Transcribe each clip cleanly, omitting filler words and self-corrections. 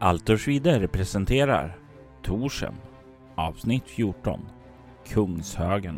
Altersvider presenterar Torshem, avsnitt 14, Kungshögarna.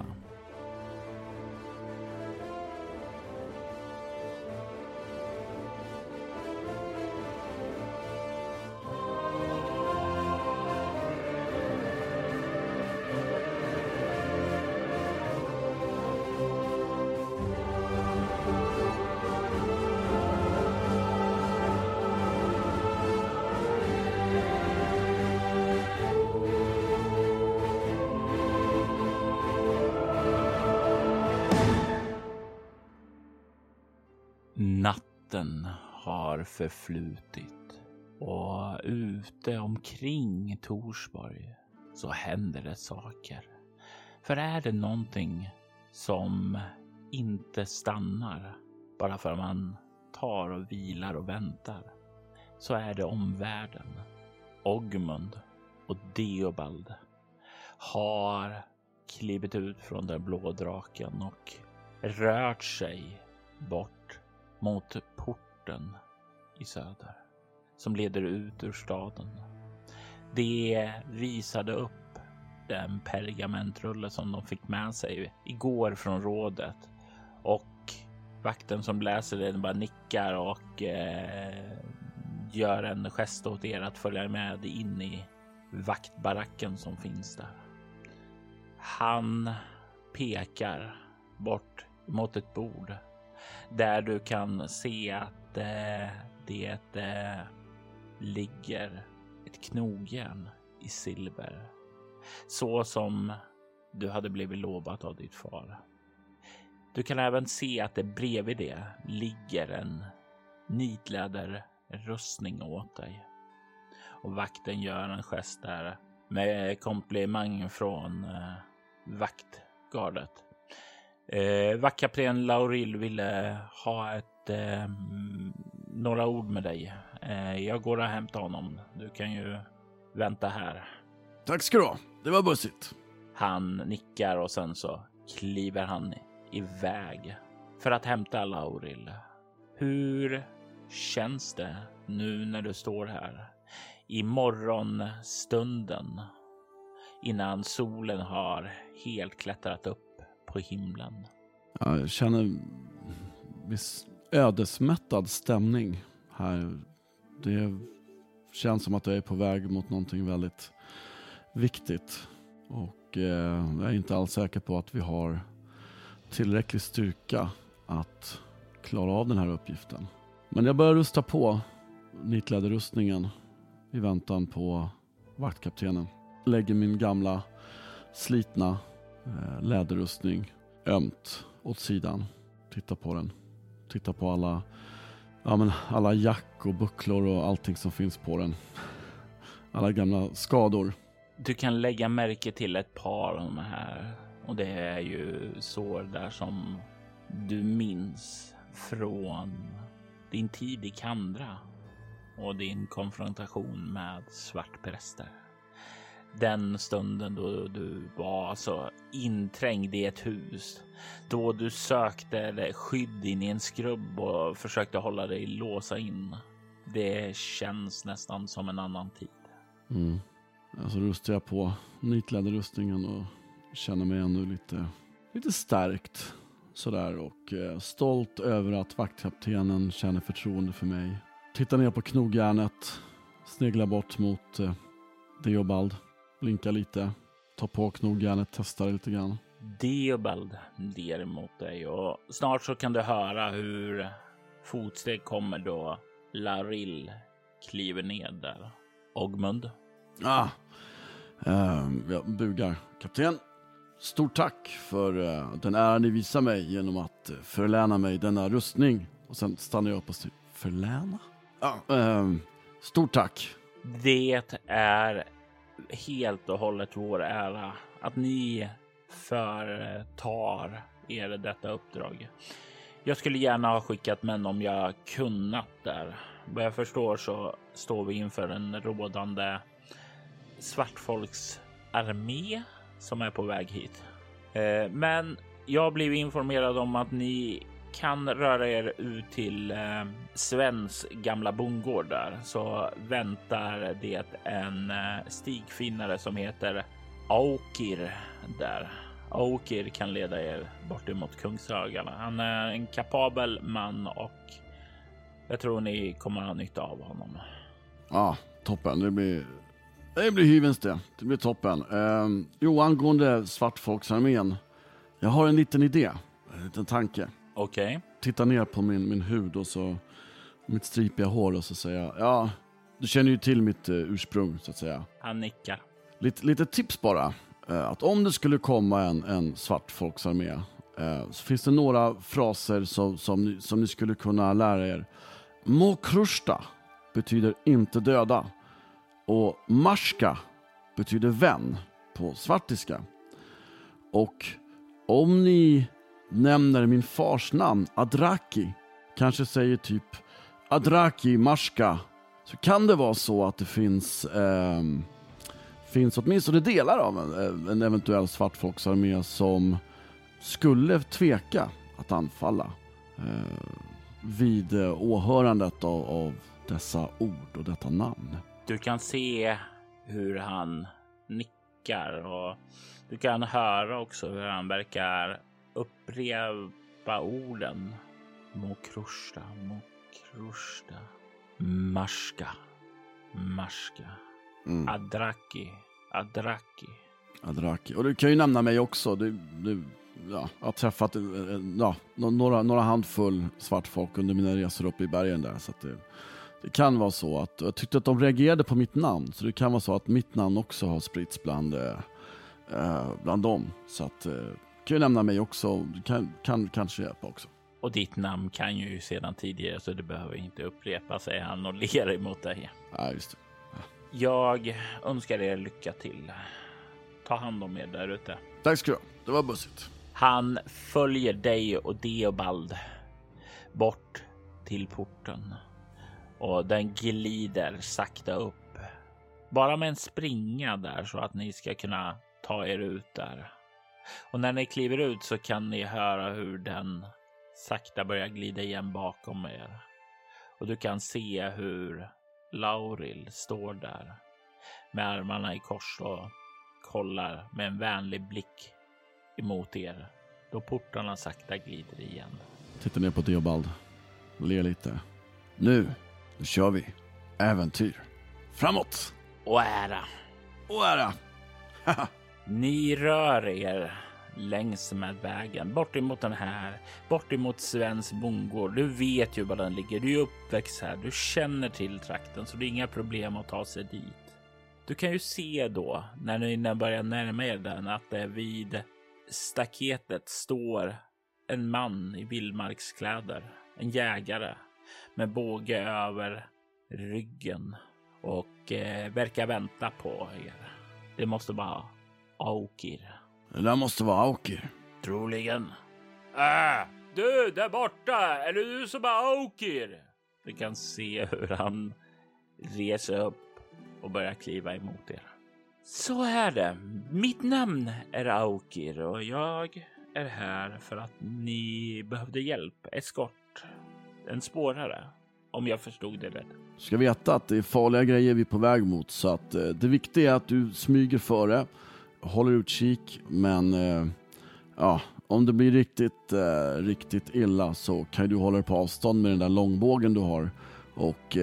Natten har förflutit och ute omkring Torsborg så händer det saker. För är det någonting som inte stannar bara för att man tar och vilar och väntar, så är det omvärlden. Ogmund och Deobald har klivit ut från den blå draken och rört sig bort mot porten i söder som leder ut ur staden. Det visade upp den pergamentrulle som de fick med sig igår från rådet, och vakten som läser den bara nickar och gör en gest åt er att följa med in i vaktbaracken som finns där. Han pekar bort mot ett bord där du kan se att det ligger ett knogjärn i silver, så som du hade blivit lovat av ditt far. Du kan även se att det bredvid det ligger en nitläderrustning åt dig. Och vakten gör en gest där med komplimang från vaktgardet. Vaktkapten Lauril ville ha några ord med dig. Jag går och hämtar honom. Du kan ju vänta här. Tack ska du ha. Det var bussigt. Han nickar och sen så kliver han iväg för att hämta Lauril. Hur känns det nu när du står här i morgonstunden innan solen har helt klättrat upp på himlen? Jag känner viss ödesmättad stämning här. Det känns som att jag är på väg mot någonting väldigt viktigt. Och jag är inte alls säker på att vi har tillräcklig styrka att klara av den här uppgiften. Men jag börjar rusta på nitläderrustningen i väntan på vaktkaptenen. Lägger min gamla slitna läderrustning ömt åt sidan. Titta på den. Titta på alla jack och bucklor och allting som finns på den. Alla gamla skador. Du kan lägga märke till ett par av de här. Och det är ju sår där som du minns från din tid i Kandra och din konfrontation med svartpräster. Den stunden då du var så inträngd i ett hus, då du sökte skydd in i en skrubb och försökte hålla dig låsa in. Det känns nästan som en annan tid. Alltså rustar jag på nitläderrustningen och känner mig ännu lite stärkt sådär, och stolt över att vaktkaptenen känner förtroende för mig. Tittar ner på knogjärnet, sneglar bort mot Deobald. Blinka lite, ta på knogjärnet, testa lite grann. Deobald ler mot dig och snart så kan du höra hur fotsteg kommer då Lauril kliver ned där. Ogmund? Jag bugar. Kapten, stort tack för den ära ni visar mig genom att förläna mig denna rustning. Och sen stannar jag upp och säger, förläna? Stort tack. Det är helt och hållet vår ära att ni förtar er detta uppdrag. Jag skulle gärna ha skickat män om jag kunnat där. Vad jag förstår så står vi inför en rådande svartfolksarmé som är på väg hit. Men jag blev informerad om att ni kan röra er ut till Svens gamla bondgård där, så väntar det en stigfinnare som heter Aukir där. Aukir kan leda er bort emot Kungsögarna. Han är en kapabel man och jag tror ni kommer ha nytta av honom. Ja, toppen. Det blir hyvens det. Det blir toppen. Jo, angående Svartfolksarmén. Jag har en liten idé. En liten tanke. Okej. Titta ner på min hud och så mitt stripiga hår och så säga, ja, du känner ju till mitt ursprung så att säga. Han nickar. Lite tips bara. Att om det skulle komma en Svartfolksarmé så finns det några fraser som ni skulle kunna lära er. Mokrusta betyder inte döda. Och marska betyder vän på svartiska. Och om ni nämner min fars namn, Adraki, kanske säger typ Adraki marska, så kan det vara så att det finns åtminstone delar av en eventuell svartfolksarmé som skulle tveka att anfalla vid åhörandet av dessa ord och detta namn. Du kan se hur han nickar och du kan höra också hur han verkar upprepa orden. Mokrusta, mokrusta, marska, marska, Adraki, Adraki. Adraki. Och du kan ju nämna mig också. Jag har träffat några handfull svartfolk under mina resor upp i bergen där. Så att det kan vara så att jag tyckte att de reagerade på mitt namn. Så det kan vara så att mitt namn också har spritts bland dem. Så att kan ju nämna mig också. Du kan kanske hjälpa också. Och ditt namn kan ju sedan tidigare så det behöver inte upprepa, säger han och ler emot dig. Ja, just det. Ja. Jag önskar er lycka till. Ta hand om er där ute. Tack ska du ha. Det var bussigt. Han följer dig och Deobald bort till porten. Och den glider sakta upp. Bara med en springa där så att ni ska kunna ta er ut där. Och när ni kliver ut så kan ni höra hur den sakta börjar glida igen bakom er. Och du kan se hur Lauril står där med armarna i kors och kollar med en vänlig blick emot er då portarna sakta glider igen. Titta ner på Deobald. Le lite. Nu kör vi. Äventyr. Framåt. Och ära. Och ära. Ni rör er längs med vägen bort emot den här, bort emot Svens bondgård. Du vet ju var den ligger. Du är uppväxt här. Du känner till trakten så det är inga problem att ta sig dit. Du kan ju se då när ni börjar närma er den att det vid staketet står en man i vildmarkskläder, en jägare med båge över ryggen och verkar vänta på er. Det måste vara Aukir. Det där måste vara Aukir. Troligen. Du där borta, är det du som är Aukir? Du kan se hur han reser upp och börjar kliva emot er. Så är det. Mitt namn är Aukir och jag är här för att ni behövde hjälp. Eskort. En spårare. Om jag förstod det rätt. Du ska veta att det är farliga grejer vi är på väg mot. Så att det viktiga är att du smyger före. Håller utkik. Men om det blir riktigt illa så kan du hålla dig på avstånd med den där långbågen du har. Och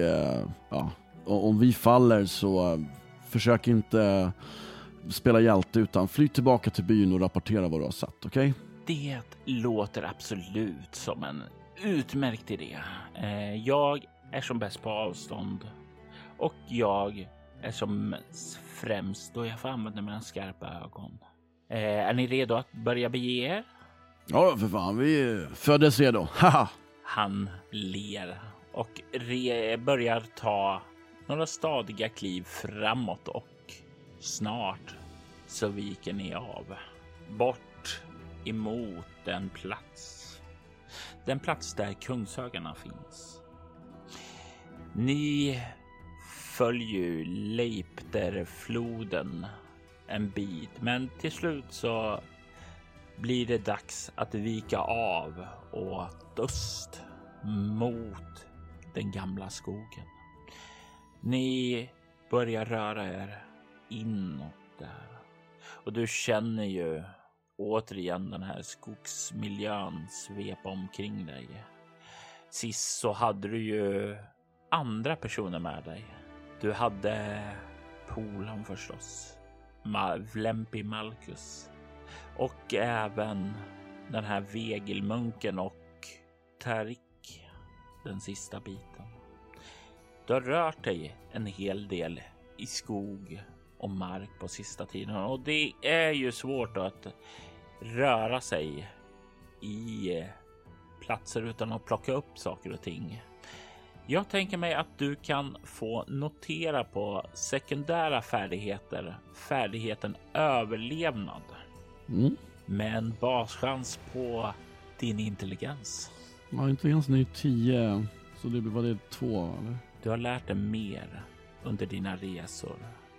om vi faller så försök inte spela hjälte utan fly tillbaka till byn och rapportera vad du har sett, okej? Det låter absolut som en utmärkt idé. Jag är som bäst på avstånd och jag är som främst då jag får använda mina skarpa ögon. Är ni redo att börja bege er? Ja, för fan, vi föddes redo. Haha. Han ler och börjar ta några stadiga kliv framåt och snart så viker ni av bort emot den plats där Kungsögarna finns. Ni följer Leipterfloden en bit, men till slut så blir det dags att vika av åt öst mot den gamla skogen. Ni börjar röra er inåt där och du känner ju återigen den här skogsmiljön svepa omkring dig. Sist så hade du ju andra personer med dig. Du hade Polan förstås, Vlempi Malkus och även den här Vegelmunken och Tarik, den sista biten. Du har rört dig en hel del i skog och mark på sista tiden och det är ju svårt att röra sig i platser utan att plocka upp saker och ting. Jag tänker mig att du kan få notera på sekundära färdigheter, färdigheten överlevnad. Med en baschans på din intelligens. Ja, intelligensen är ju 10, så det var det 2 eller? Du har lärt dig mer under dina resor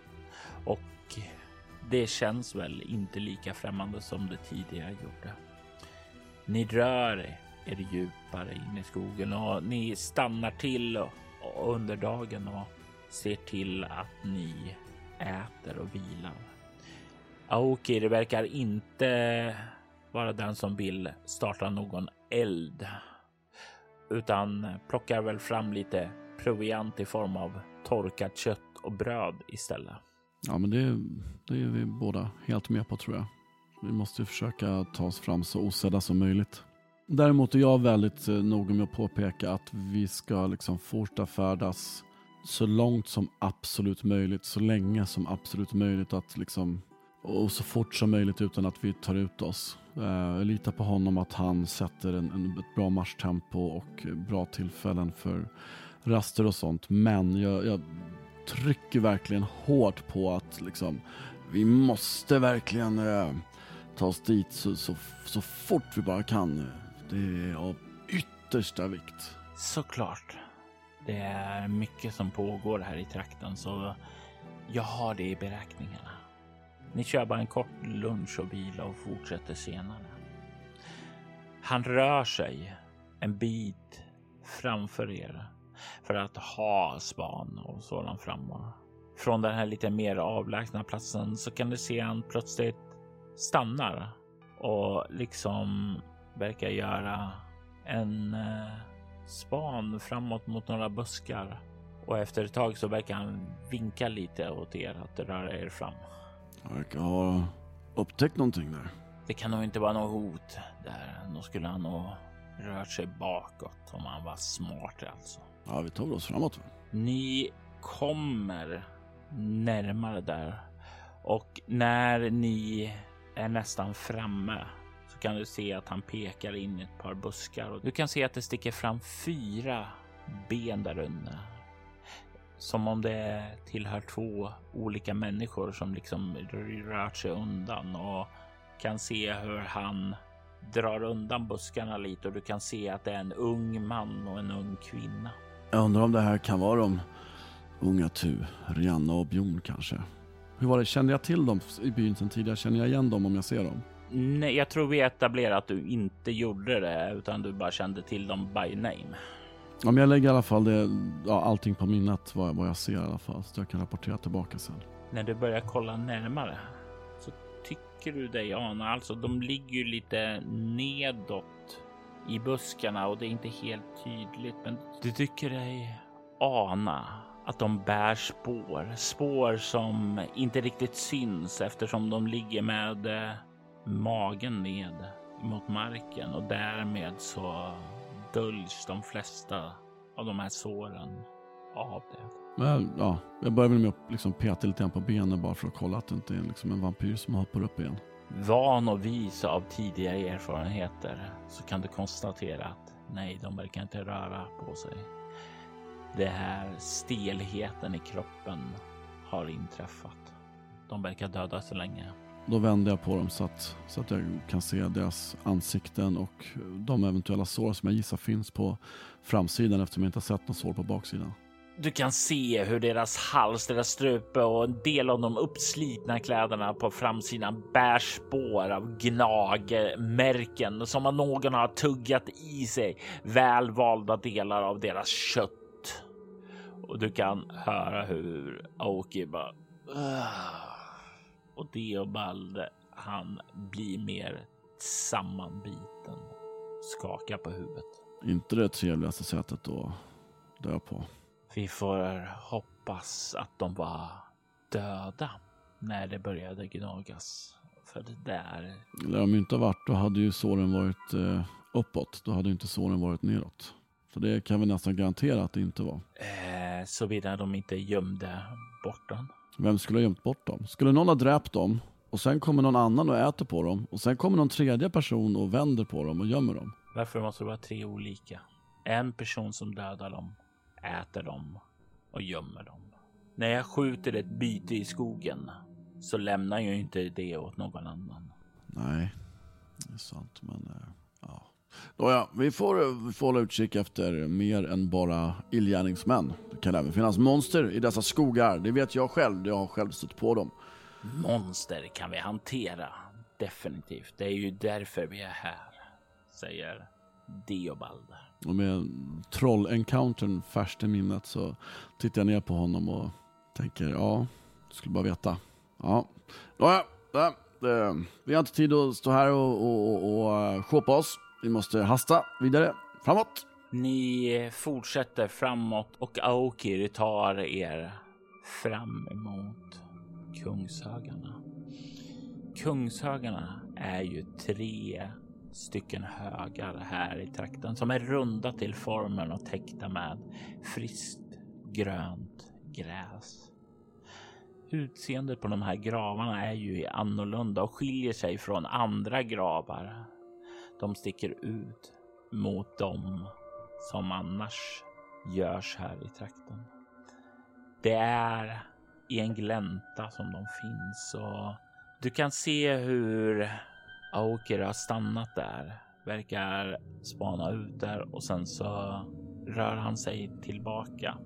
och det känns väl inte lika främmande som det tidigare gjorde. Ni rör er djupare in i skogen och ni stannar till under dagen och ser till att ni äter och vilar. Aoki, det verkar inte vara den som vill starta någon eld utan plockar väl fram lite proviant i form av torkat kött och bröd istället. Ja, men det är vi båda helt med på, tror jag. Vi måste försöka ta oss fram så osedda som möjligt. Däremot är jag väldigt noga med att påpeka att vi ska liksom forta färdas så långt som absolut möjligt, så länge som absolut möjligt att liksom, och så fort som möjligt utan att vi tar ut oss. Jag litar på honom att han sätter ett bra marschtempo och bra tillfällen för raster och sånt. Men jag trycker verkligen hårt på att liksom, vi måste verkligen ta oss dit så fort vi bara kan. Det är av yttersta vikt. Såklart. Det är mycket som pågår här i trakten så jag har det i beräkningarna. Ni kör bara en kort lunch och vila och fortsätter senare. Han rör sig en bit framför er för att ha span och sådan framåt. Från den här lite mer avlägsna platsen så kan du se han plötsligt stannar och liksom verkar göra en span framåt mot några buskar. Och efter ett tag så verkar han vinka lite åt er att röra er fram. Jag verkar ha upptäckt någonting där. Det kan nog inte vara något hot där. Då skulle han nog rört sig bakåt om han var smart alltså. Ja, vi tar oss framåt. Ni kommer närmare där och när ni är nästan framme så kan du se att han pekar in ett par buskar och du kan se att det sticker fram 4 ben där under. Som om det tillhör 2 olika människor som liksom rört sig undan och kan se hur han drar undan buskarna lite och du kan se att det är en ung man och en ung kvinna. Jag undrar om det här kan vara de unga Rihanna och Björn kanske. Hur var det? Kände jag till dem i byn sedan tidigare? Känner jag igen dem om jag ser dem? Nej, jag tror vi etablerar att du inte gjorde det utan du bara kände till dem by name. Ja, men jag lägger i alla fall allting på minnet vad jag ser i alla fall så jag kan rapportera tillbaka sen. När du börjar kolla närmare så tycker du dig ana, alltså de ligger ju lite nedåt i buskarna och det är inte helt tydligt men du tycker dig ana att de bär spår som inte riktigt syns eftersom de ligger med magen ned mot marken och därmed så döljs de flesta av de här såren av det. Men, ja, jag börjar väl med att liksom peta lite grann på benen bara för att kolla att det inte är liksom en vampyr som hoppar upp igen. Van och vis av tidigare erfarenheter så kan du konstatera att nej, de verkar inte röra på sig. Det här stelheten i kroppen har inträffat. De verkar döda så länge. Då vänder jag på dem så att jag kan se deras ansikten och de eventuella sår som jag gissar finns på framsidan eftersom jag inte har sett några sår på baksidan. Du kan se hur deras hals, deras strupe och en del av de uppslitna kläderna på framsidan bär spår av gnagmärken som om någon har tuggat i sig välvalda delar av deras kött. Och du kan höra hur Aoki bara... Och Theobald, han blir mer sammanbiten. Skakar på huvudet. Inte det trevligaste sättet att dö på. Vi får hoppas att de var döda när det började gnagas. För det där... Eller om de inte har varit, då hade ju såren varit uppåt. Då hade inte såren varit neråt. Så det kan vi nästan garantera att det inte var. Såvida de inte gömde bort dem. Vem skulle ha gömt bort dem? Skulle någon ha dräpt dem och sen kommer någon annan och äter på dem och sen kommer någon tredje person och vänder på dem och gömmer dem? Varför måste det vara 3 olika? En person som dödar dem, äter dem och gömmer dem. När jag skjuter ett byte i skogen så lämnar jag inte det åt någon annan. Nej, det är sant, men ja. Nåja, vi får hålla utkik efter mer än bara illgärningsmän. Det kan även finnas monster i dessa skogar. Det vet jag själv, jag har själv stött på dem. Monster kan vi hantera, definitivt. Det är ju därför vi är här, säger Theobald. Och med troll-encountern färskt i minnet så tittar jag ner på honom och tänker, ja, du skulle bara veta. Ja, nåja, vi har inte tid att stå här och shoppa oss. Vi måste hasta vidare, framåt. Ni fortsätter framåt och Aoki tar er fram emot Kungshögarna. Kungshögarna är ju 3 stycken högar här i trakten som är runda till formen och täckta med friskt grönt gräs. Utseendet på de här gravarna är ju annorlunda och skiljer sig från andra gravar. De sticker ut mot dem som annars görs här i trakten. Det är i en glänta som de finns och du kan se hur Aoki har stannat där, verkar spana ut där och sen så rör han sig tillbaka.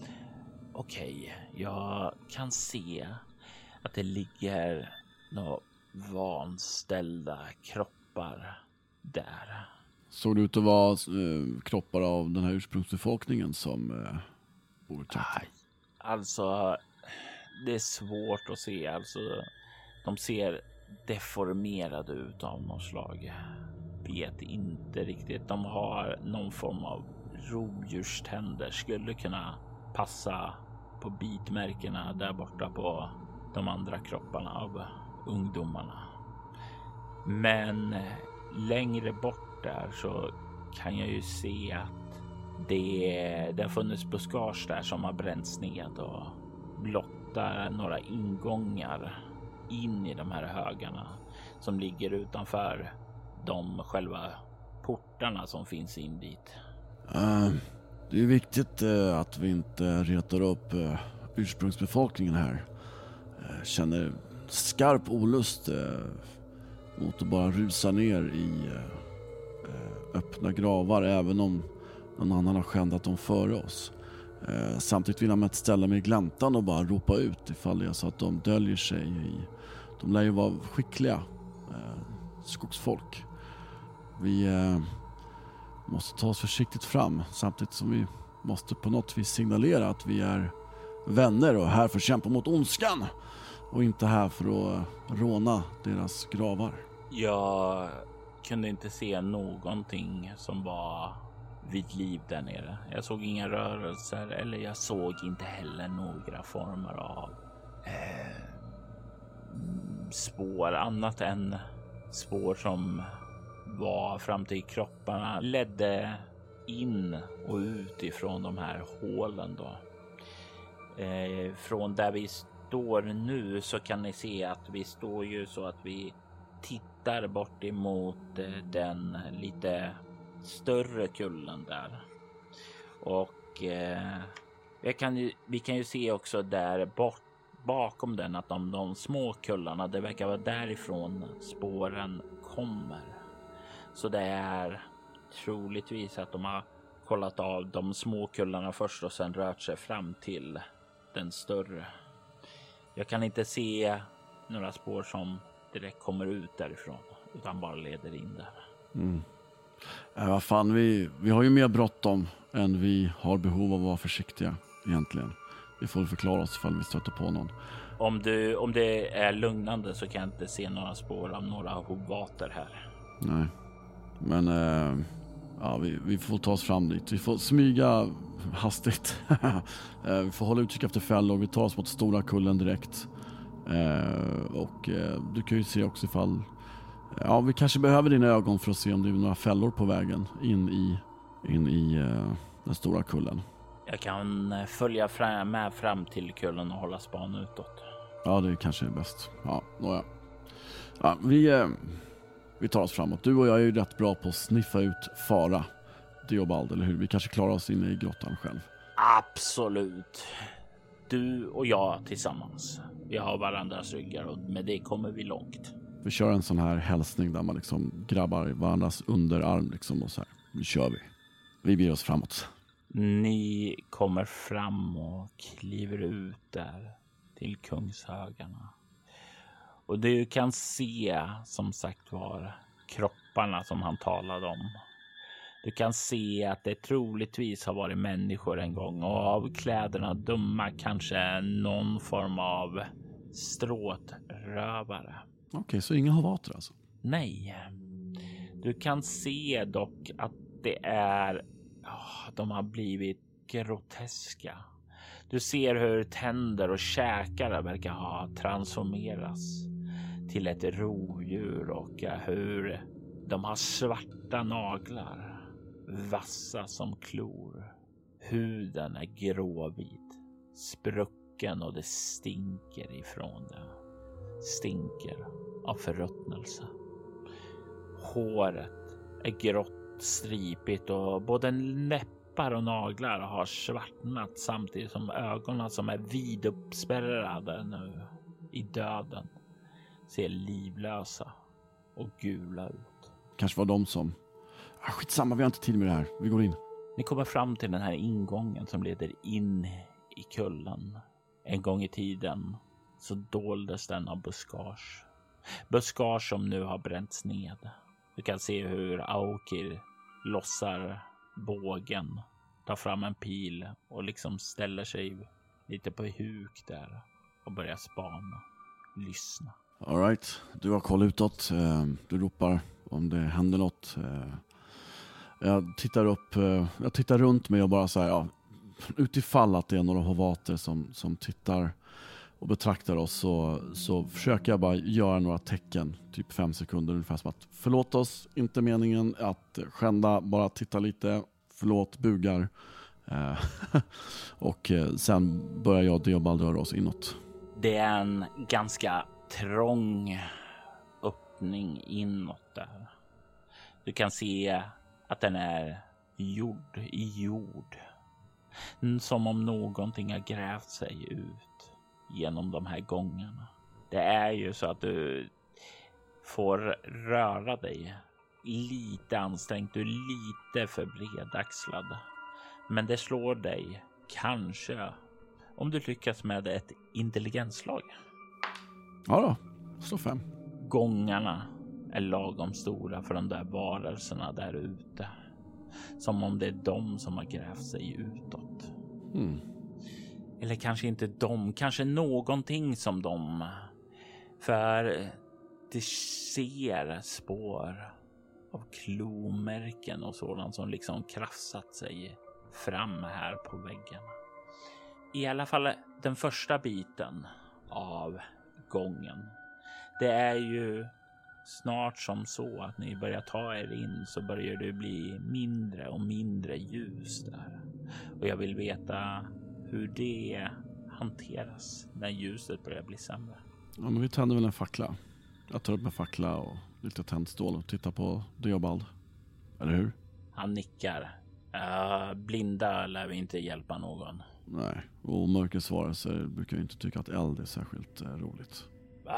Okej, jag kan se att det ligger några vanställda kroppar där. Såg det ut att vara kroppar av den här ursprungsbefolkningen som bor i trakten? Alltså, det är svårt att se. Alltså, de ser deformerade ut av något slag. Vet inte riktigt. De har någon form av rovdjurständer. Skulle kunna passa på bitmärkena där borta på de andra kropparna av ungdomarna. Men längre bort där så kan jag ju se att det har funnits buskage där som har bränts ned och blottar några ingångar in i de här högarna som ligger utanför de själva portarna som finns in dit. Det är viktigt att vi inte retar upp ursprungsbefolkningen här. Känner skarp olust mot att bara rusa ner i öppna gravar även om någon annan har skändat dem före oss. Samtidigt vill jag inte ställa mig i gläntan och bara ropa ut ifall det är så att de döljer sig i... De lär ju vara skickliga skogsfolk. Vi måste ta oss försiktigt fram samtidigt som vi måste på något vis signalera att vi är vänner och här för att kämpa mot ondskan och inte här för att råna deras gravar. Jag kunde inte se någonting som var vid liv där nere. Jag såg inga rörelser eller jag såg inte heller några former av spår annat än spår som var fram till kropparna ledde in och ut ifrån de här hålen då. Från där vi står nu så kan ni se att vi står ju så att vi tittar bort emot den lite större kullen där. Och vi kan ju se också där bort bakom den att de små kullarna, det verkar vara därifrån spåren kommer. Så det är troligtvis att de har kollat av de små kullarna först och sen rört sig fram till den större. Jag kan inte se några spår som direkt kommer ut därifrån utan bara leder in där. Vad fan, vi har ju mer bråttom än vi har behov av att vara försiktiga egentligen. Vi får förklara oss ifall vi stöter på någon. Om det är lugnande så kan jag inte se några spår av några hovater här. Nej, men vi får ta oss fram dit. Vi får smyga hastigt. Vi får hålla utkik efter fällor. Vi tar oss mot stora kullen direkt. Och du kan ju se också ifall vi kanske behöver dina ögon för att se om det är några fällor på vägen in i den stora kullen. Jag kan följa med fram till kullen och hålla span utåt. Ja, det kanske är bäst. Ja, nåja. Ja, vi tar oss framåt. Du och jag är ju rätt bra på att sniffa ut fara. Deobald, eller hur? Vi kanske klarar oss inne i grottan själv. Absolut. Du och jag tillsammans. Vi har varandras ryggar och med det kommer vi långt. Vi kör en sån här hälsning där man liksom grabbar varandras underarm liksom och så här. Nu kör vi. Vi beger oss framåt. Ni kommer fram och kliver ut där till Kungshögarna. Och du kan se som sagt var kropparna som han talade om. Du kan se att det troligtvis har varit människor en gång och av kläderna döma kanske någon form av stråtrövare. Okej, så inga hovater alltså? Nej. Du kan se dock att det är... de har blivit groteska. Du ser hur tänder och käkar verkar ha transformerats till ett rovdjur och hur de har svarta naglar. Vassa som klor. Huden är gråvit. Sprucken och det stinker ifrån det. Stinker av förruttnelse. Håret är grått stripigt och både läppar och naglar har svartnat samtidigt som ögonen som är viduppspärrade nu i döden ser livlösa och gula ut. Kanske var de som... skitsamma, vi har inte tid med det här. Vi går in. Ni kommer fram till den här ingången som leder in i kullen. En gång i tiden så doldes den av buskage. Buskage som nu har bränts ned. Du kan se hur Aukir lossar bågen, tar fram en pil och liksom ställer sig lite på huk där och börjar spana, lyssna. All right, du har koll utåt. Du ropar om det händer något. Jag tittar runt mig och bara så här, utifall att det är några hovater som tittar och betraktar oss så försöker jag bara göra några tecken, typ 5 sekunder ungefär som att förlåt oss, inte meningen att skända, bara titta lite, förlåt, bugar. Och sen börjar jag och Deobald röra oss inåt. Det är en ganska trång öppning inåt där. Du kan se att den är gjord i jord. Som om någonting har grävt sig ut genom de här gångarna. Det är ju så att du får röra dig lite ansträngt. Du är lite för bredaxlad. Men det slår dig kanske om du lyckas med ett intelligensslag. Ja då, slå 5. Gångarna är lagom stora för de där varelserna där ute. Som om det är de som har grävt sig utåt. Eller kanske inte de, kanske någonting som de. För det ser spår av klomärken och sådant som liksom krafsat sig fram här på väggarna. I alla fall den första biten av gången. Det är ju snart som så att ni börjar ta er in så börjar det bli mindre och mindre ljus där. Och jag vill veta hur det hanteras när ljuset börjar bli sämre. Ja, men vi tänder väl en fackla. Jag tar upp en fackla och lite tändstål och tittar på Deobald. Eller hur? Han nickar. Blinda lär vi inte hjälpa någon. Nej, och mörkersvarelser brukar inte tycka att eld är särskilt roligt.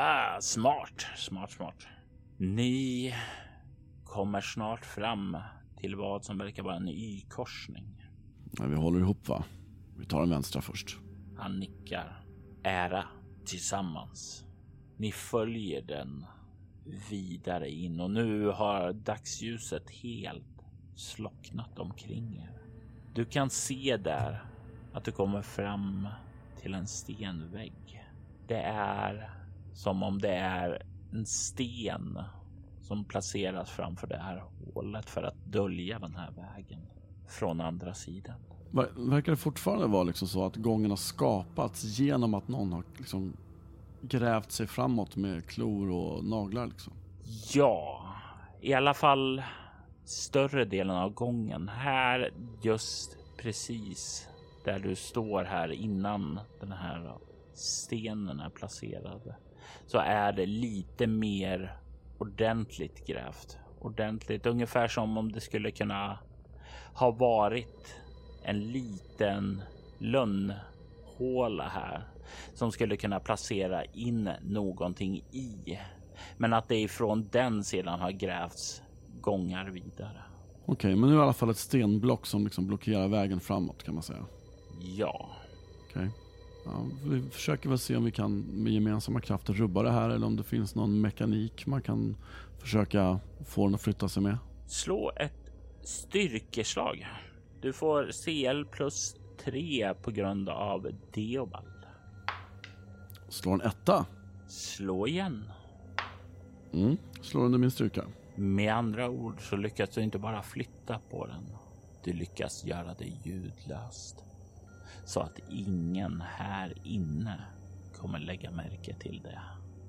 Smart. Ni kommer snart fram till vad som verkar vara en Y-korsning. Nej, vi håller ihop va? Vi tar den vänstra först. Han nickar. Ära tillsammans. Ni följer den vidare in och nu har dagsljuset helt slocknat omkring er. Du kan se där att du kommer fram till en stenvägg. Det är som om det är en sten som placeras framför det här hålet för att dölja den här vägen från andra sidan. Verkar det fortfarande vara liksom så att gången har skapats genom att någon har liksom grävt sig framåt med klor och naglar liksom? Ja, i alla fall större delen av gången. Här just precis där du står här innan den här stenen är placerad så är det lite mer ordentligt grävt. Ordentligt, ungefär som om det skulle kunna ha varit en liten lönnhåla här som skulle kunna placera in någonting i. Men att det ifrån den sedan har grävts gångar vidare. Okej, men nu är det i alla fall ett stenblock som liksom blockerar vägen framåt kan man säga. Ja. Okej. Ja, vi försöker väl se om vi kan med gemensamma krafter rubba det här eller om det finns någon mekanik man kan försöka få den att flytta sig med. Slå ett styrkeslag. Du får CL plus 3 på grund av Deobald. Slår en 1. Slå igen. Slår under min styrka. Med andra ord så lyckas du inte bara flytta på den. Du lyckas göra det ljudlöst. Så att ingen här inne kommer lägga märke till det.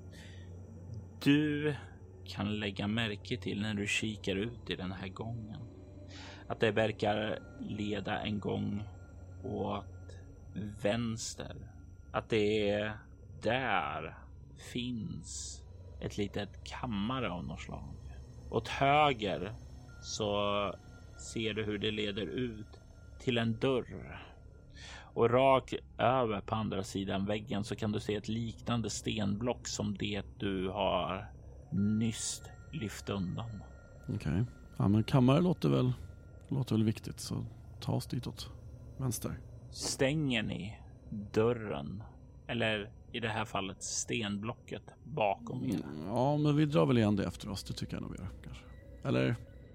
Du kan lägga märke till när du kikar ut i den här gången att det verkar leda en gång åt vänster. Att det där finns ett litet kammare av något slag. Åt höger så ser du hur det leder ut till en dörr. Och rakt över på andra sidan väggen så kan du se ett liknande stenblock som det du har nyss lyft undan. Okej. Ja, men kammare låter väl viktigt, så ta oss ditåt. Vänster. Stänger ni dörren, eller i det här fallet stenblocket bakom er? Ja, men vi drar väl igen det efter oss, det tycker jag nog vi gör kanske. Eller?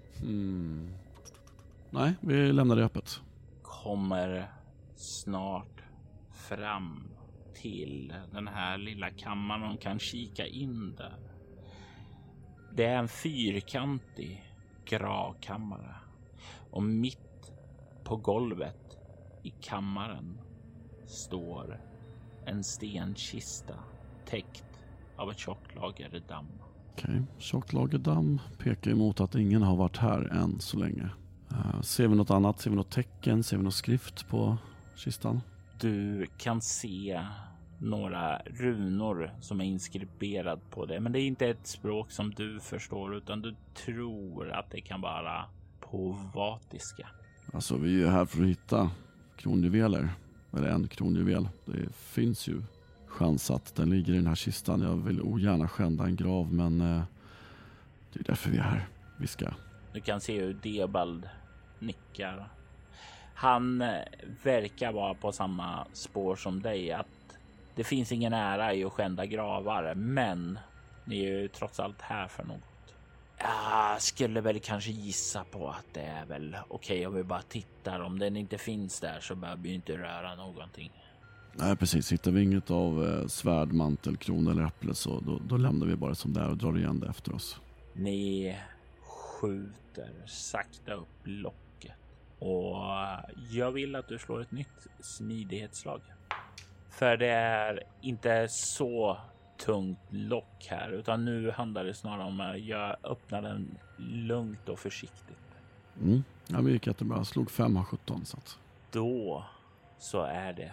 Nej, vi lämnar det öppet. Kommer snart fram till den här lilla kammaren och kan kika in där. Det är en fyrkantig gravkammare och mitt på golvet i kammaren står en stenkista täckt av ett tjockt lager damm. Okej, tjockt lager damm pekar emot att ingen har varit här än så länge. Ser vi något annat? Ser vi något tecken? Ser vi något skrift på kistan? Du kan se några runor som är inskriberad på det. Men det är inte ett språk som du förstår utan du tror att det kan vara på vatiska. Alltså vi är ju här för att hitta kronjuveler. Eller en kronjuvel. Det finns ju chans att den ligger i den här kistan. Jag vill ogärna skända en grav men det är därför vi är här. Vi ska. Du kan se hur Deobald nickar. Han verkar vara på samma spår som dig, att det finns ingen ära i att skända gravar, men ni är ju trots allt här för något. Jag skulle väl kanske gissa på att det är väl okej om vi bara tittar. Om den inte finns där så behöver vi inte röra någonting. Nej precis, hittar vi inget av svärd, mantel, krona eller äpple så då lämnar vi bara som det är och drar igen det efter oss. Ni skjuter sakta upp locket och jag vill att du slår ett nytt smidighetsslag. För det är inte så tungt lock här utan nu handlar det snarare om att jag öppnar den lugnt och försiktigt. Ja, vi gick jättebra. Jag slog 5 av 17 så att... Då så är det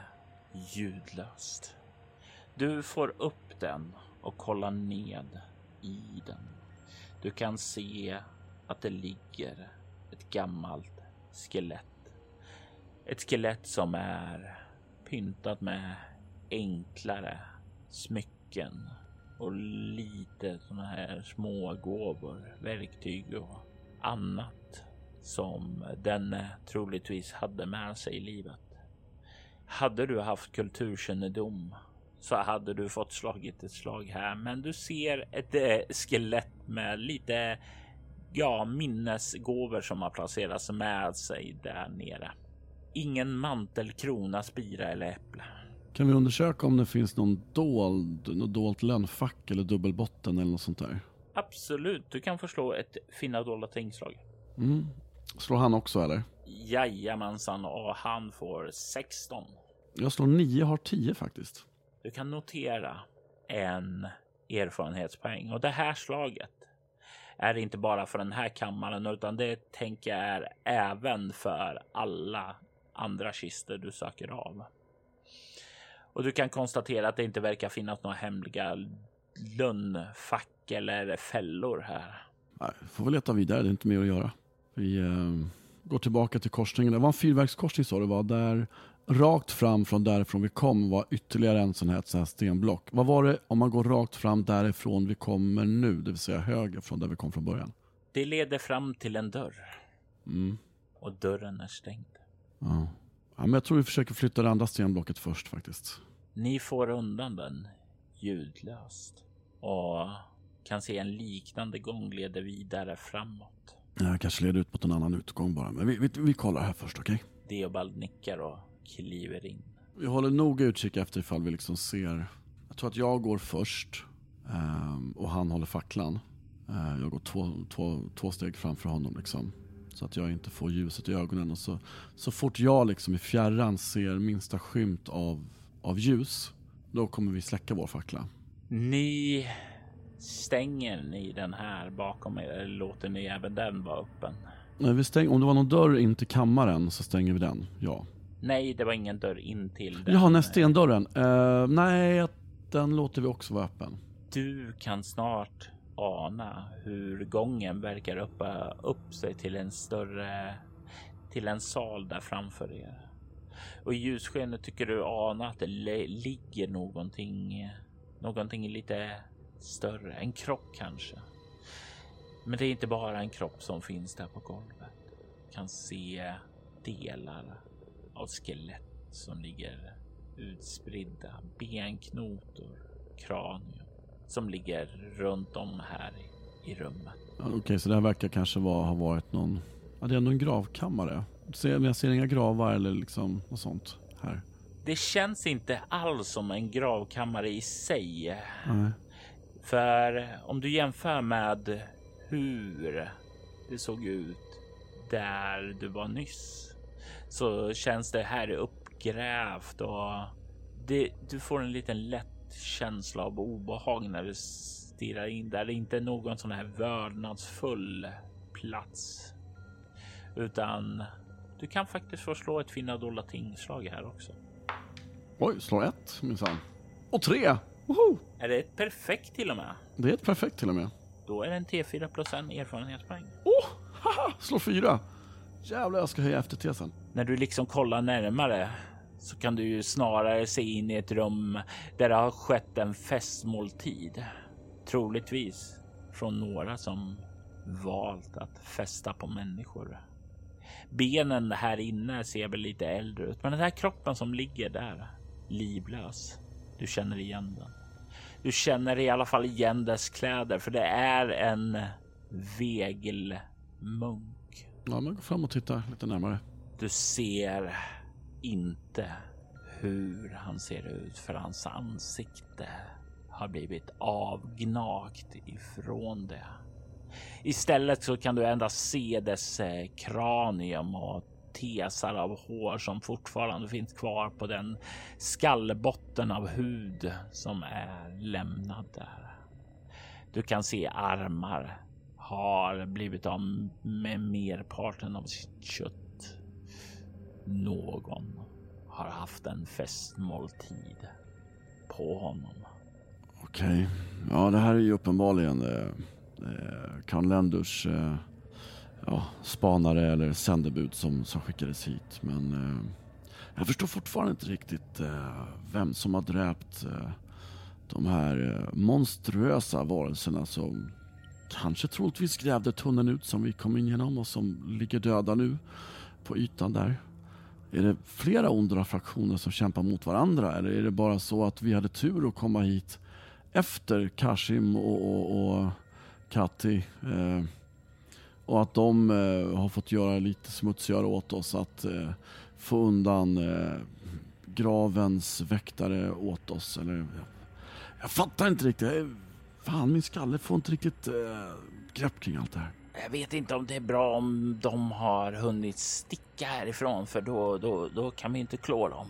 ljudlöst. Du får upp den och kolla ned i den. Du kan se att det ligger ett gammalt skelett. Ett skelett som är pyntat med enklare smycken och lite såna här små gåvor, verktyg och annat som den troligtvis hade med sig i livet. Hade du haft kulturkännedom så hade du fått slagit ett slag här, men du ser ett skelett med lite minnesgåvor som har placerats med sig där nere. Ingen mantel, krona, spira eller äpple. Kan vi undersöka om det finns något dolt lönnfack eller dubbelbotten eller något sånt där? Absolut, du kan förslå ett finna dolda tingslag. Slår han också eller? Jajamensan, och han får 16. Jag slår 9, har 10 faktiskt. Du kan notera en erfarenhetspoäng, och det här slaget är inte bara för den här kammaren, utan det tänker jag är även för alla andra kister du söker av. Och du kan konstatera att det inte verkar finnas några hemliga lönnfack eller fällor här. Nej, får vi leta vidare, det är inte mer att göra. Vi går tillbaka till korsningen. Det var en fyrvägskorsning så det var där. Rakt fram från därifrån vi kom var ytterligare en sån här stenblock. Vad var det om man går rakt fram därifrån vi kommer nu, det vill säga höger från där vi kom från början? Det leder fram till en dörr. Och dörren är stängd. Ja, men jag tror vi försöker flytta det andra stenblocket först faktiskt. Ni får undan den ljudlöst och kan se en liknande gång leder vidare framåt. Jag kanske leder ut mot en annan utgång bara, men vi kollar här först, okej? Deobald nickar och kliver in. Vi håller noga utkik efter ifall vi liksom ser. Jag tror att jag går först och han håller facklan. Jag går två steg framför honom liksom, så att jag inte får ljuset i ögonen. Och så fort jag liksom i fjärran ser minsta skymt av ljus, då kommer vi släcka vår fackla. Ni stänger ni den här bakom er, eller låter ni även den vara öppen? Nej, vi stänger, om det var någon dörr in till kammaren så stänger vi den, ja. Nej, det var ingen dörr in till den. Jaha, nästa stendörren. Nej, den låter vi också vara öppen. Du kan snart ana hur gången verkar öppna upp sig till en sal där framför er. Och i ljusskenet tycker du ana att det ligger någonting lite större, en kropp kanske. Men det är inte bara en kropp som finns där på golvet. Du kan se delar av skelett som ligger utspridda, benknotor, kranium som ligger runt om här i rummet. Okej, så det här verkar kanske ha varit någon. Ja, det är ändå en gravkammare. Jag ser inga gravar eller liksom något sånt här. Det känns inte alls som en gravkammare i sig. Nej. För om du jämför med hur det såg ut där du var nyss, så känns det här uppgrävt och du får en liten lätt känsla av obehag när du stirrar in där. Det är inte någon sån här vördnadsfull plats, utan du kan faktiskt få slå ett finna dolda tingslag här också. Oj, slår 1 minsann. Och 3! Woho! Är det ett perfekt till och med? Det är ett perfekt till och med. Då är det en T4 plus en erfarenhetspoäng. Haha, slår 4. Jävlar, jag ska höja FTT sen. När du liksom kollar närmare så kan du ju snarare se in i ett rum där det har skett en festmåltid. Troligtvis från några som valt att festa på människor. Benen här inne ser väl lite äldre ut, men den här kroppen som ligger där, livlös, du känner igen den. Du känner i alla fall igen dess kläder, för det är en vegelmunk. Ja, men gå fram och titta lite närmare. Du ser inte hur han ser ut, för hans ansikte har blivit avgnagt ifrån det. Istället så kan du endast se dess kranium och tesar av hår som fortfarande finns kvar på den skallbotten av hud som är lämnad där. Du kan se armar har blivit av med merparten av sitt kött. Någon har haft en festmåltid på honom. Okej. Ja, det här är ju uppenbarligen Kan Lenders spanare eller sändebud som skickades hit. Men jag förstår fortfarande inte riktigt vem som har dräpt de här monstruösa varelserna som kanske troligtvis grävde tunneln ut som vi kom in genom och som ligger döda nu på ytan där. Är det flera onda fraktioner som kämpar mot varandra, eller är det bara så att vi hade tur att komma hit efter Kashim och Kati och att de har fått göra lite smutsigare åt oss, att få undan gravens väktare åt oss, eller jag fattar inte riktigt. Fan, min skalle får inte riktigt grepp kring allt det här. Jag vet inte om det är bra om de har hunnit sticka härifrån, för då kan vi inte klå dem.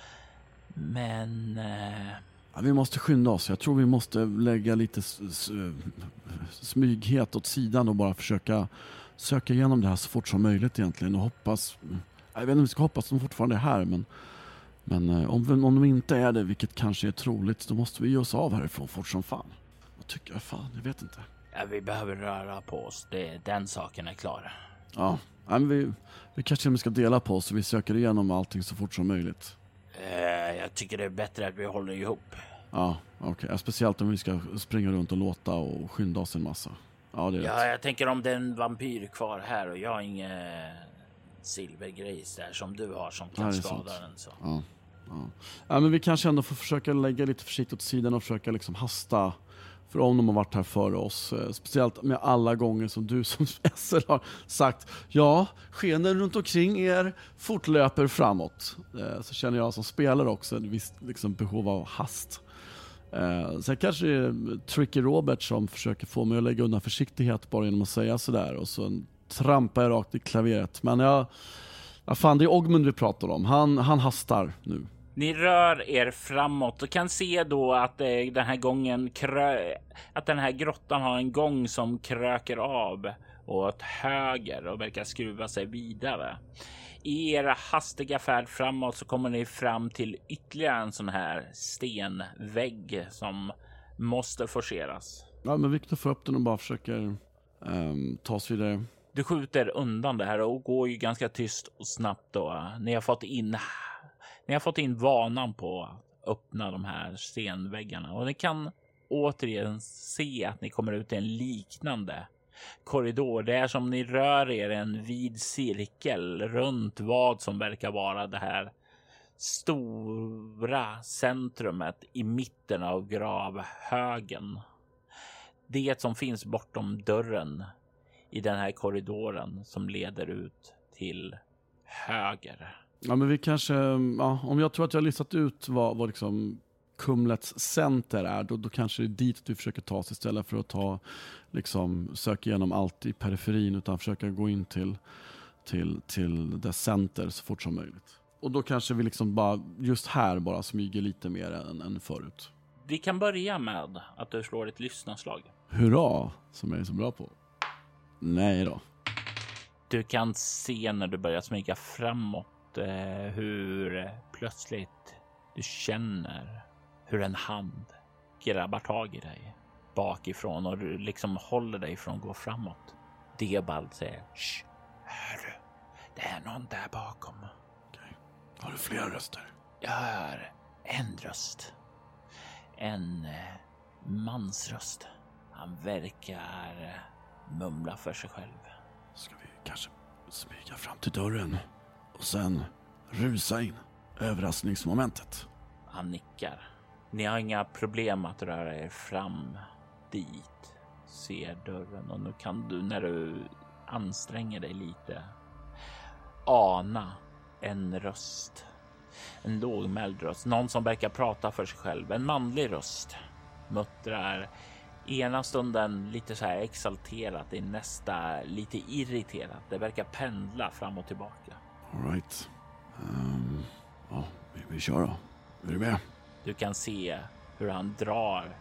Men ja, vi måste skynda oss. Jag tror vi måste lägga lite smyghet åt sidan och bara försöka söka igenom det här så fort som möjligt egentligen, och hoppas, jag vet inte om vi ska hoppas att de fortfarande är här, men om de inte är det, vilket kanske är troligt, då måste vi ge oss av härifrån fort som fan. Vad tycker jag? Fan, jag vet inte. Ja, vi behöver röra på oss. Den saken är klar. Ja, men vi kanske till och med ska dela på oss så vi söker igenom allting så fort som möjligt. Jag tycker det är bättre att vi håller ihop. Ja, okej. Speciellt om vi ska springa runt och låta och skynda oss en massa. Ja, det är rätt. Jag tänker om det är en vampyr kvar här och jag har ingen silvergrejs där som du har som kan skada den. Så. Ja, men vi kanske ändå får försöka lägga lite försiktigt åt sidan och försöka liksom hasta. För om de har varit här före oss, speciellt med alla gånger som du som SL har sagt, ja, skenen runt omkring er fortlöper framåt. Så känner jag som spelare också ett visst liksom behov av hast. Sen kanske det är Tricky Robert som försöker få mig att lägga undan försiktighet bara genom att säga sådär, och så trampar jag rakt i klaveret. Men fan, det är Ogmund vi pratar om. Han hastar nu. Ni rör er framåt och kan se då att den här gången att den här grottan har en gång som kröker av åt höger och verkar skruva sig vidare. I er hastiga färd framåt så kommer ni fram till ytterligare en sån här stenvägg som måste forceras. Ja, men Victor får upp den och bara försöker ta sig vidare. Du skjuter undan det här och går ju ganska tyst och snabbt då. Ni har fått in vanan på att öppna de här stenväggarna och ni kan återigen se att ni kommer ut i en liknande korridor. Det är som ni rör er en vid cirkel runt vad som verkar vara det här stora centrumet i mitten av gravhögen. Det som finns bortom dörren i den här korridoren som leder ut till höger. Ja, men vi kanske, om jag tror att jag har listat ut vad liksom Kumlets center är, då kanske det är dit vi försöker ta oss istället för att söka igenom allt i periferin, utan försöka gå in till det center så fort som möjligt. Och då kanske vi liksom just här bara smyger lite mer än förut. Vi kan börja med att du slår ett lyssnarslag. Hurra, som jag är så bra på. Nej då. Du kan se när du börjar smyga framåt hur plötsligt du känner hur en hand grabbar tag i dig bakifrån och du liksom håller dig från att gå framåt. Debald säger, shh, hör du? Det är någon där bakom. Okej. Har du flera röster? Jag hör en röst. En mansröst. Han verkar mumla för sig själv. Ska vi kanske smyga fram till dörren och sen rusa in? Överraskningsmomentet. Han nickar. Ni har inga problem att röra er fram dit. Ser dörren och nu kan du, när du anstränger dig lite, ana en röst. En lågmäld röst. Någon som verkar prata för sig själv. En manlig röst. Muttrar ena stunden lite så här exalterat, i nästa lite irriterat. Det verkar pendla fram och tillbaka. All right. Ja, vi kör då. Är du med? Du kan se hur han drar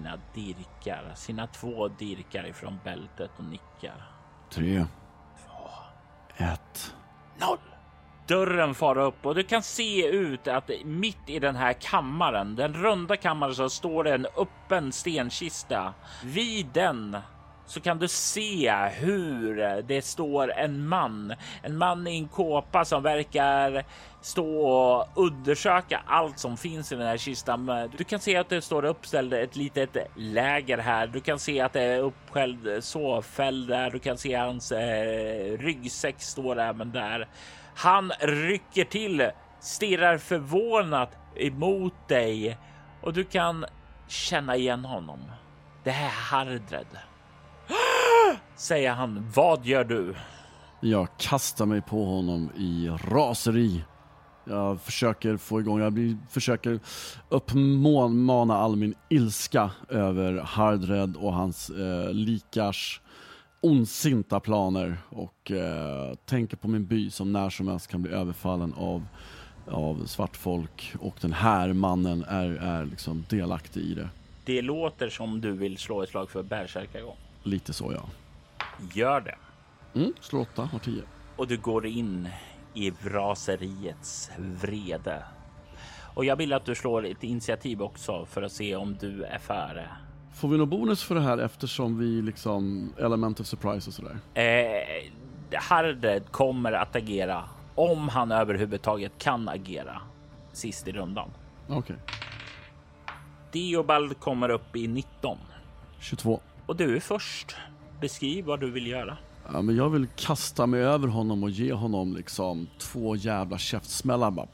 sina 2 dirkar ifrån bältet och nickar. 3, 2, 1, 0. Dörren far upp och du kan se ut att mitt i den här kammaren, den runda kammaren, så står det en öppen stenkista. Vid den så kan du se hur det står en man i en kåpa som verkar stå och undersöka allt som finns i den här kistan. Du kan se att det står uppställt ett litet läger här. Du kan se att det är uppskälld sovfäll där. Du kan se hans ryggsäck står även där. Han rycker till, stirrar förvånat emot dig och du kan känna igen honom. Det här är Hardred. Säger han, vad gör du? Jag kastar mig på honom i raseri. Jag försöker få igång, försöker uppmana all min ilska över Hardred och hans likars ondsinta planer och tänker på min by som när som helst kan bli överfallen av svartfolk och den här mannen är liksom delaktig i det. Det låter som du vill slå ett slag för bärsärkagång. Lite så, ja. Gör det. Slå 8 och 10. Och du går in i raseriets vrede. Och jag vill att du slår ett initiativ också för att se om du är före. Får vi någon bonus för det här eftersom vi liksom element of surprise och sådär? Hardred kommer att agera om han överhuvudtaget kan agera sist i rundan. Okej. Theobald kommer upp i 19. 22. Och du är först. Beskriv vad du vill göra. Ja, men jag vill kasta mig över honom och ge honom liksom 2 jävla käftsmällar bara.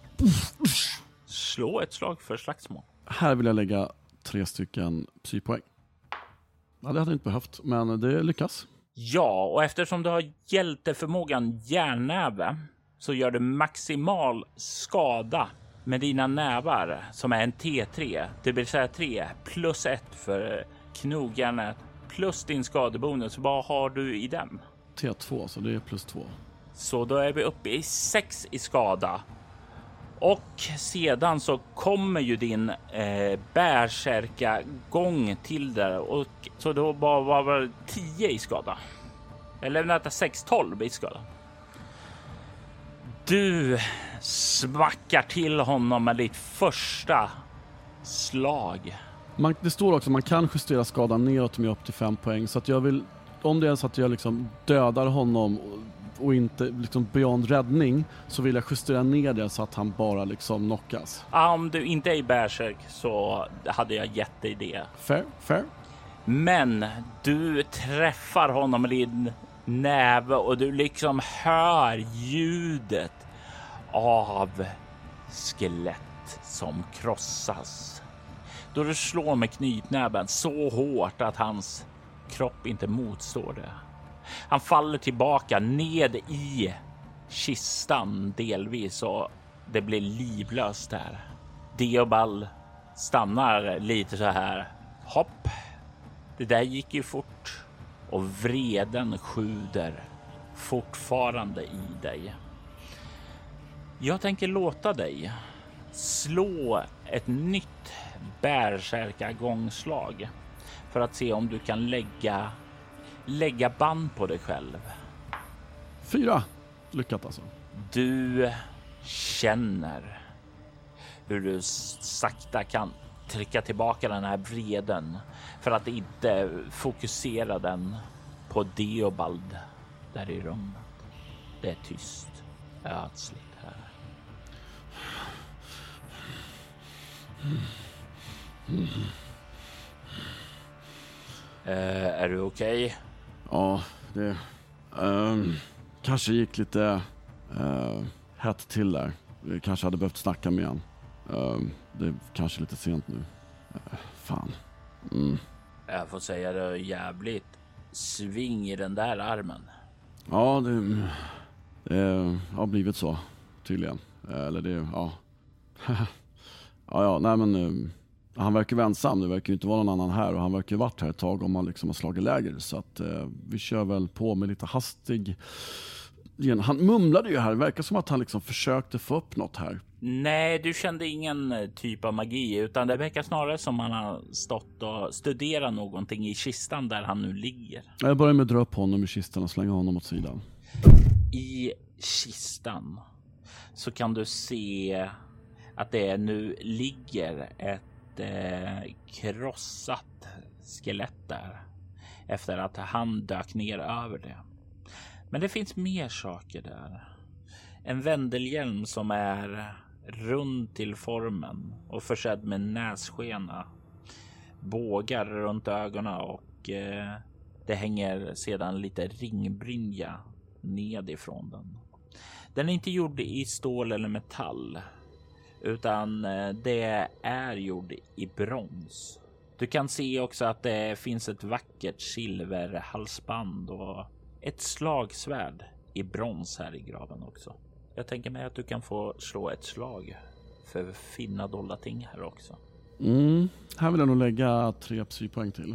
Slå ett slag för slagsmål. Här vill jag lägga 3 psypoäng. Ja, det hade jag inte behövt, men det lyckas. Ja, och eftersom du har hjälteförmågan järnnäve så gör du maximal skada med dina nävar som är en T3. Det vill säga 3 plus 1 för knogjärnet plus din skadebonus. Vad har du i den? T2, så det är plus 2. Så då är vi uppe i 6 i skada. Och sedan så kommer ju din bärsärka gång till där. Och så då var det 10 i skada. Eller nästan 6-12 i skada. Du smackar till honom med ditt första slag. Det står också att man kan justera skadan neråt med upp till 5 poäng. Så att jag vill, om det är så att jag liksom dödar honom och inte liksom beyond räddning, så vill jag justera ner det så att han bara liksom knockas. Om du inte är i bärsärk så hade jag gett dig det. Fair. Men du träffar honom med din näve och du liksom hör ljudet av skelett som krossas. Då du slår med knytnäven så hårt att hans kropp inte motstår det. Han faller tillbaka ned i kistan delvis och det blir livlöst där. Theobald stannar lite så här. Hopp. Det där gick ju fort och vreden sjuder fortfarande i dig. Jag tänker låta dig slå ett nytt bärsärkagångslag för att se om du kan lägga band på dig själv. 4. Lyckat alltså. Du känner hur du sakta kan trycka tillbaka den här vreden för att inte fokusera den på Theobald där i rummet. Det är tyst, ödsligt här. Är du okej? Ja, det kanske gick lite hett till där. Vi kanske hade behövt snacka med han. Det är kanske lite sent nu. Fan. Jag får säga det är jävligt sving i den där armen. Ja, det har blivit så tydligen. Eller det, ja. ja, nej men han verkar vara ensam. Det verkar ju inte vara någon annan här och han verkar ju varit här ett tag om man liksom har slagit läger. Så att vi kör väl på med lite hastig. Han mumlade ju här. Det verkar som att han liksom försökte få upp något här. Nej, du kände ingen typ av magi utan det verkar snarare som han har stått och studerat någonting i kistan där han nu ligger. Jag börjar med att dra upp honom i kistan och slänga honom åt sidan. I kistan så kan du se att det nu ligger ett krossat skelett där. efter att han dök ner över det. Men det finns mer saker där. En vändelhjälm som är rund till formen och försedd med nässkena. Bågar runt ögonen och det hänger sedan lite ringbrynja nedifrån den. Den är inte gjord i stål eller metall, utan det är gjord i brons. Du kan se också att det finns ett vackert silverhalsband och ett slagsvärd i brons här i graven också. Jag tänker mig att du kan få slå ett slag för finna dolda ting här också. Här vill jag nog lägga 3 psypoäng till.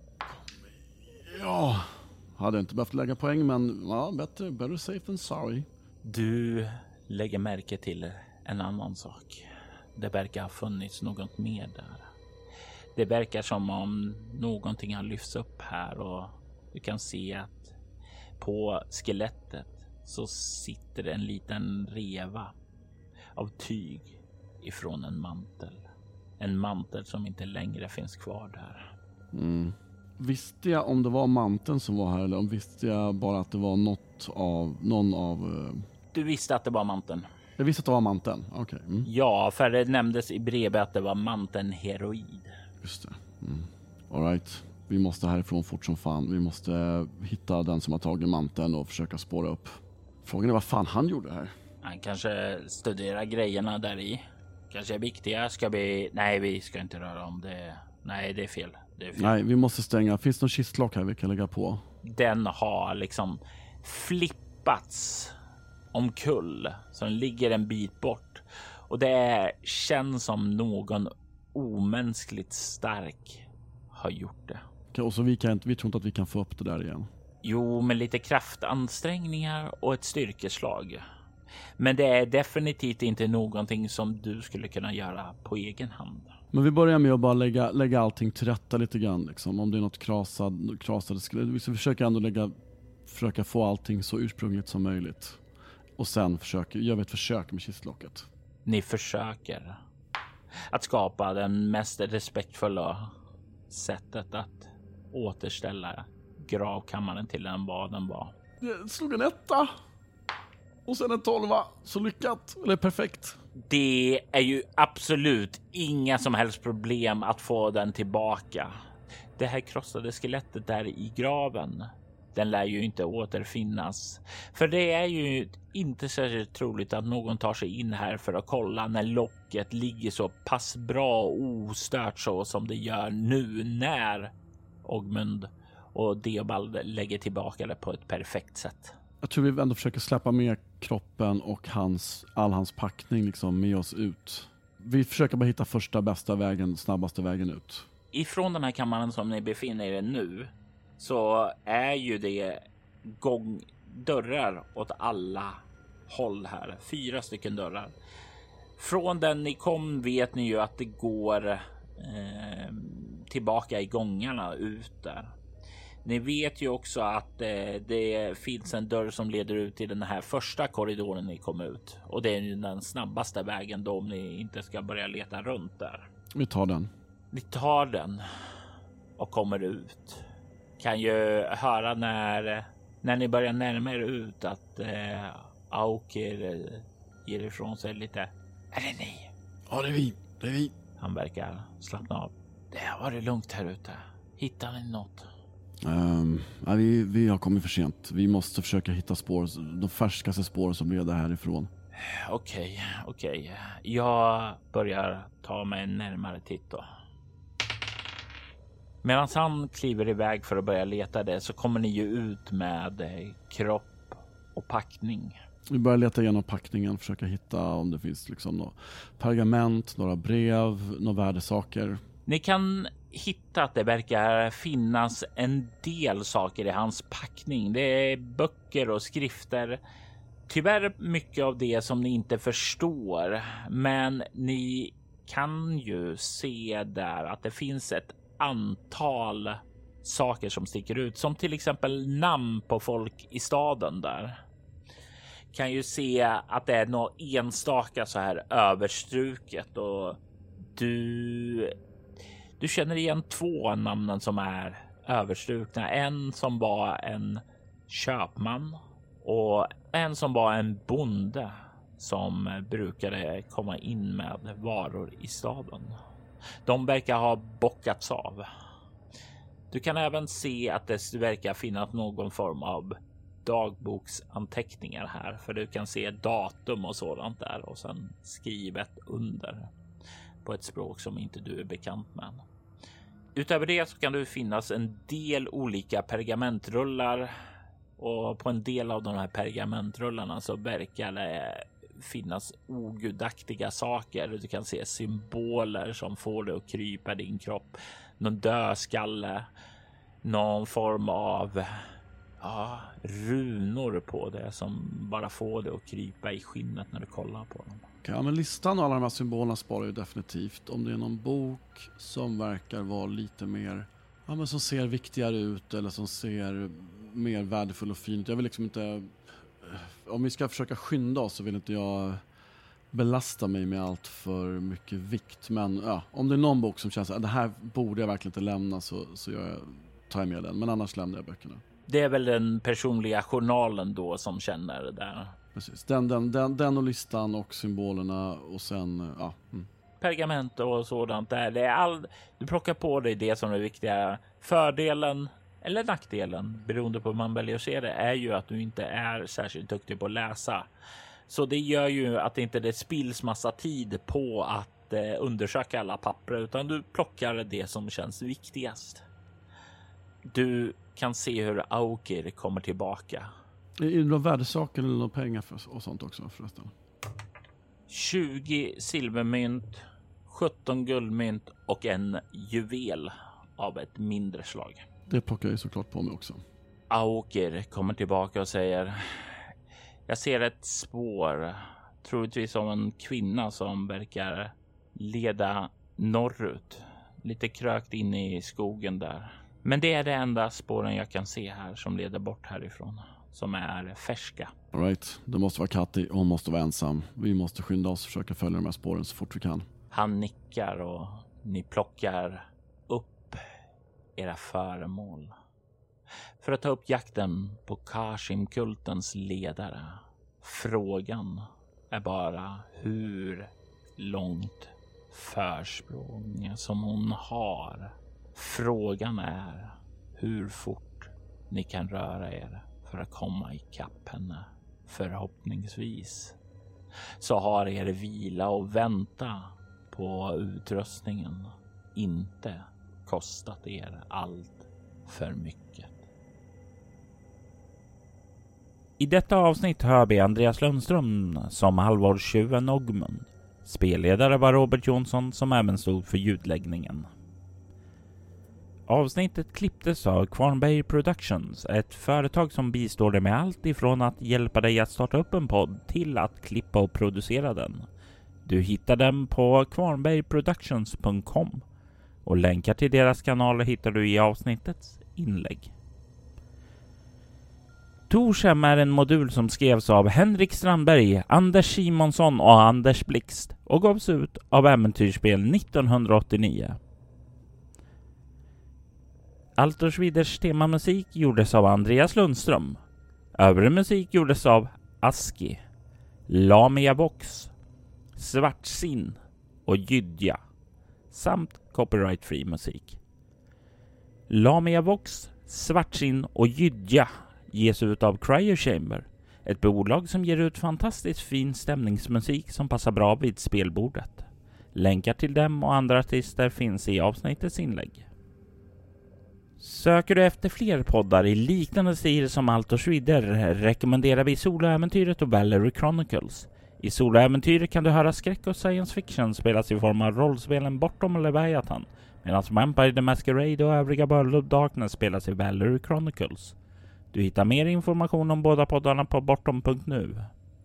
Ja, hade inte behövt lägga poäng, men ja, better safe than sorry. Du lägger märke till en annan sak. Det verkar ha funnits något mer där. Det verkar som om någonting har lyfts upp här och du kan se att på skelettet så sitter en liten reva av tyg ifrån en mantel. En mantel som inte längre finns kvar där. Visste jag om det var manteln som var här, eller visste jag bara att det var någon av... Du visste att det var manteln. Jag visste att det var manteln, okej. Ja, för det nämndes i brevet att det var manteln Heroid. Just det. All right. Vi måste härifrån fort som fan. Vi måste hitta den som har tagit manteln och försöka spåra upp. Frågan är vad fan han gjorde här. Han kanske studerar grejerna där i. Kanske är viktiga. Nej, vi ska inte röra om det. Nej, det är fel. Nej, vi måste stänga. Finns det någon kistlock här vi kan lägga på? Den har liksom flippats omkull. Så den ligger en bit bort. Och det känns som någon omänskligt stark har gjort det. Och så vi tror inte att vi kan få upp det där igen. Jo, med lite kraftansträngningar och ett styrkeslag. Men det är definitivt inte någonting som du skulle kunna göra på egen hand. Men vi börjar med att bara lägga allting till rätta lite grann. Liksom. Om det är något krasade vi försöker ändå försöka få allting så ursprungligt som möjligt. Och sen gör vi ett försök med kistlocket. Ni försöker att skapa den mest respektfulla sättet att återställa gravkammaren till vad den var. Jag slog en 1 och sen en 12, så lyckat, eller perfekt. Det är ju absolut inga som helst problem att få den tillbaka. Det här krossade skelettet där i graven, den lär ju inte återfinnas. För det är ju inte särskilt troligt att någon tar sig in här för att kolla när locket ligger så pass bra och ostört så som det gör nu, när Ogmund och Deobald lägger tillbaka det på ett perfekt sätt. Jag tror vi ändå försöker släppa med kroppen och all hans packning liksom med oss ut. Vi försöker bara hitta första bästa vägen, snabbaste vägen ut. Ifrån den här kammaren som ni befinner er nu så är ju det dörrar åt alla håll här. 4 stycken dörrar. Från den ni kom vet ni ju att det går tillbaka i gångarna ut där. Ni vet ju också att det finns en dörr som leder ut till den här första korridoren ni kom ut. Och det är ju den snabbaste vägen då om ni inte ska börja leta runt där. Vi tar den. Ni tar den och kommer ut. Kan ju höra när ni börjar närma er ut att Aukir ger ifrån sig lite. Är det ni? Ja, det är vi. Han verkar slappna av. Det har varit lugnt här ute. Hittar ni något? Vi har kommit för sent. Vi måste försöka hitta spår, de färskaste spår som leder härifrån. Okej. Jag börjar ta mig en närmare titt då. Medan han kliver iväg för att börja leta det så kommer ni ju ut med kropp och packning. Vi börjar leta igenom packningen, försöka hitta om det finns liksom några pergament, några brev, några värdesaker. Ni kan hitta att det verkar finnas en del saker i hans packning. Det är böcker och skrifter. Tyvärr mycket av det som ni inte förstår, men ni kan ju se där att det finns ett antal saker som sticker ut, som till exempel namn på folk i staden där. Kan ju se att det är något enstaka så här överstruket och du känner igen 2 namnen som är överstrukna. En som var en köpman och en som var en bonde som brukade komma in med varor i staden. De verkar ha bockats av. Du kan även se att det verkar finnas någon form av dagboksanteckningar här, för du kan se datum och sådant där och sen skrivet under på ett språk som inte du är bekant med. Utöver det så kan du finnas en del olika pergamentrullar och på en del av de här pergamentrullarna så verkar det finnas ogudaktiga saker. Du kan se symboler som får dig att krypa i din kropp. Någon dödskalle, någon form av runor på det som bara får dig att krypa i skinnet när du kollar på dem. Ja, men listan och alla de här symbolerna sparar ju definitivt. Om det är någon bok som verkar vara lite mer, ja, men som ser viktigare ut eller som ser mer värdefull och fin ut. Jag vill liksom inte, om vi ska försöka skynda oss så vill inte jag belasta mig med allt för mycket vikt. Men ja, om det är någon bok som känns att det här borde jag verkligen inte lämna så tar jag med den. Men annars lämnar jag böckerna. Det är väl den personliga journalen då som känner det där. Precis, den och listan och symbolerna och sen, ja. Pergament och sådant där. Det är du plockar på dig det som är viktiga. Fördelen eller nackdelen, beroende på hur man väljer att se det, är ju att du inte är särskilt duktig på att läsa. Så det gör ju att det spills massa tid på att undersöka alla papper, utan du plockar det som känns viktigast. Du kan se hur Aukir kommer tillbaka. Är det några värdesaker eller några pengar och sånt också förresten? 20 silvermynt, 17 guldmynt och en juvel av ett mindre slag. Det plockar jag såklart på mig också. Aukir kommer tillbaka och säger: jag ser ett spår, troligtvis av en kvinna som verkar leda norrut. Lite krökt in i skogen där. Men det är det enda spåren jag kan se här som leder bort härifrån. Som är färska. All right, det måste vara Katti och hon måste vara ensam. Vi måste skynda oss och försöka följa de här spåren så fort vi kan. Han nickar och ni plockar upp era föremål. För att ta upp jakten på Kashim-kultens ledare. Frågan är bara hur långt försprång som hon har. Frågan är hur fort ni kan röra er för att komma ikapp henne. Förhoppningsvis så har er vila och vänta på utrustningen inte kostat er allt för mycket. I detta avsnitt hör vi Andreas Lundström som halvårstjuven Ogmund. Spelledare var Robert Jonsson som även stod för ljudläggningen. Avsnittet klipptes av Kvarnberg Productions, ett företag som bistår dig med allt ifrån att hjälpa dig att starta upp en podd till att klippa och producera den. Du hittar dem på kvarnbergproductions.com och länkar till deras kanaler hittar du i avsnittets inlägg. Torshem är en modul som skrevs av Henrik Strandberg, Anders Simonsson och Anders Blixt och gavs ut av Äventyrsspel 1989. Altors Viders temamusik gjordes av Andreas Lundström. Övrig musik gjordes av Aski, Lamia Vox, Svartsinn och Jydja samt copyright-free musik. Lamia Vox, Svartsinn och Jydja ges ut av Cryo Chamber, ett bolag som ger ut fantastiskt fin stämningsmusik som passar bra vid spelbordet. Länkar till dem och andra artister finns i avsnittets inlägg. Söker du efter fler poddar i liknande stil som Altors Vidder rekommenderar vi Soloäventyret och Valerie Chronicles. I Soloäventyret kan du höra skräck och science fiction spelas i form av rollspelen Bortom och Leviathan, medan Vampire the Masquerade och övriga World of Darkness spelas i Valerie Chronicles. Du hittar mer information om båda poddarna på bortom.nu.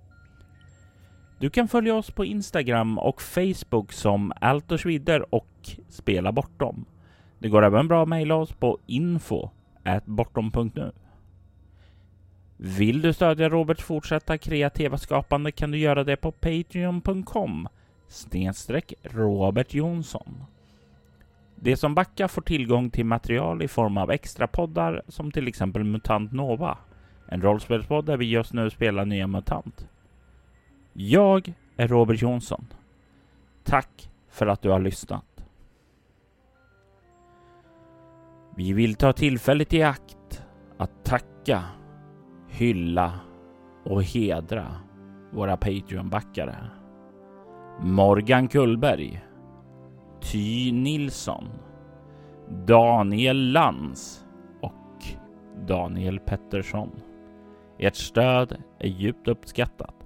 Du kan följa oss på Instagram och Facebook som Altors Vidder och Spela Bortom. Det går även bra att mejla oss på info@bortom.nu. Vill du stödja Roberts fortsatta kreativa skapande kan du göra det på patreon.com/Robert Jonsson. De som backar får tillgång till material i form av extra poddar som till exempel Mutant Nova, en rollspelspodd där vi just nu spelar nya MUTANT. Jag är Robert Jonsson. Tack för att du har lyssnat. Vi vill ta tillfället i akt att tacka, hylla och hedra våra Patreon-backare. Morgan Kullberg, Ty Nilsson, Daniel Lantz och Daniel Pettersson. Ert stöd är djupt uppskattat.